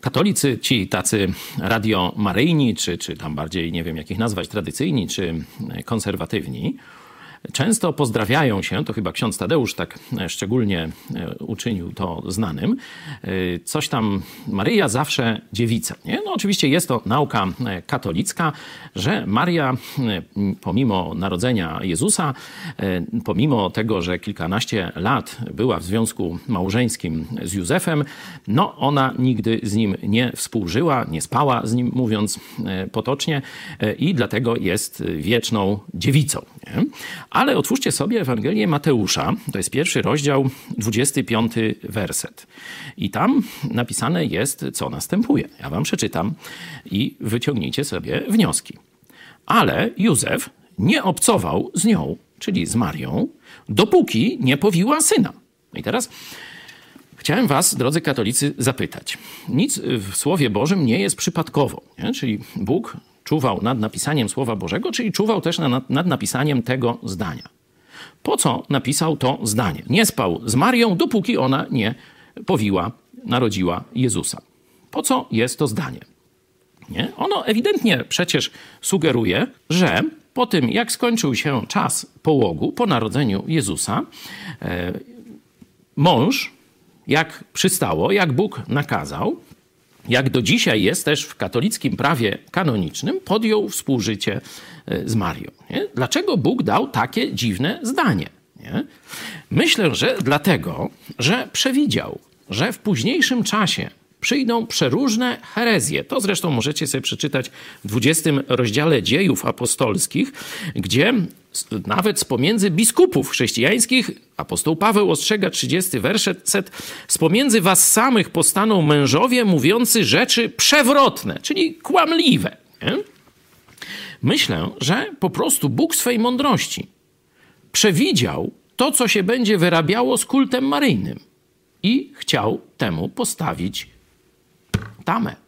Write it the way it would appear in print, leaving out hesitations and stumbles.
Katolicy, ci tacy radiomaryjni, czy tam bardziej, nie wiem jak ich nazwać, tradycyjni, czy konserwatywni, często pozdrawiają się, to chyba ksiądz Tadeusz tak szczególnie uczynił to znanym, coś tam Maryja zawsze dziewica. Nie? No oczywiście jest to nauka katolicka, że Maria pomimo narodzenia Jezusa, pomimo tego, że kilkanaście lat była w związku małżeńskim z Józefem, no ona nigdy z nim nie współżyła, nie spała z nim, mówiąc potocznie, i dlatego jest wieczną dziewicą. Nie? Ale otwórzcie sobie Ewangelię Mateusza, to jest 1 rozdział, 25 werset. I tam napisane jest, co następuje. Ja wam przeczytam i wyciągnijcie sobie wnioski. Ale Józef nie obcował z nią, czyli z Marią, dopóki nie powiła syna. I teraz chciałem was, drodzy katolicy, zapytać. Nic w Słowie Bożym nie jest przypadkowo, nie? Czyli Bóg czuwał nad napisaniem Słowa Bożego, czyli czuwał też nad napisaniem tego zdania. Po co napisał to zdanie? Nie spał z Marią, dopóki ona nie powiła, narodziła Jezusa. Po co jest to zdanie? Nie? Ono ewidentnie przecież sugeruje, że po tym, jak skończył się czas połogu, po narodzeniu Jezusa, mąż, jak przystało, jak Bóg nakazał, jak do dzisiaj jest też w katolickim prawie kanonicznym, podjął współżycie z Marią. Nie? Dlaczego Bóg dał takie dziwne zdanie? Nie? Myślę, że dlatego, że przewidział, że w późniejszym czasie przyjdą przeróżne herezje. To zresztą możecie sobie przeczytać w 20 rozdziale Dziejów Apostolskich, gdzie nawet z pomiędzy biskupów chrześcijańskich apostoł Paweł ostrzega, 30 werset, z pomiędzy was samych powstaną mężowie mówiący rzeczy przewrotne, czyli kłamliwe. Nie? Myślę, że po prostu Bóg swej mądrości przewidział to, co się będzie wyrabiało z kultem maryjnym i chciał temu postawić tamę.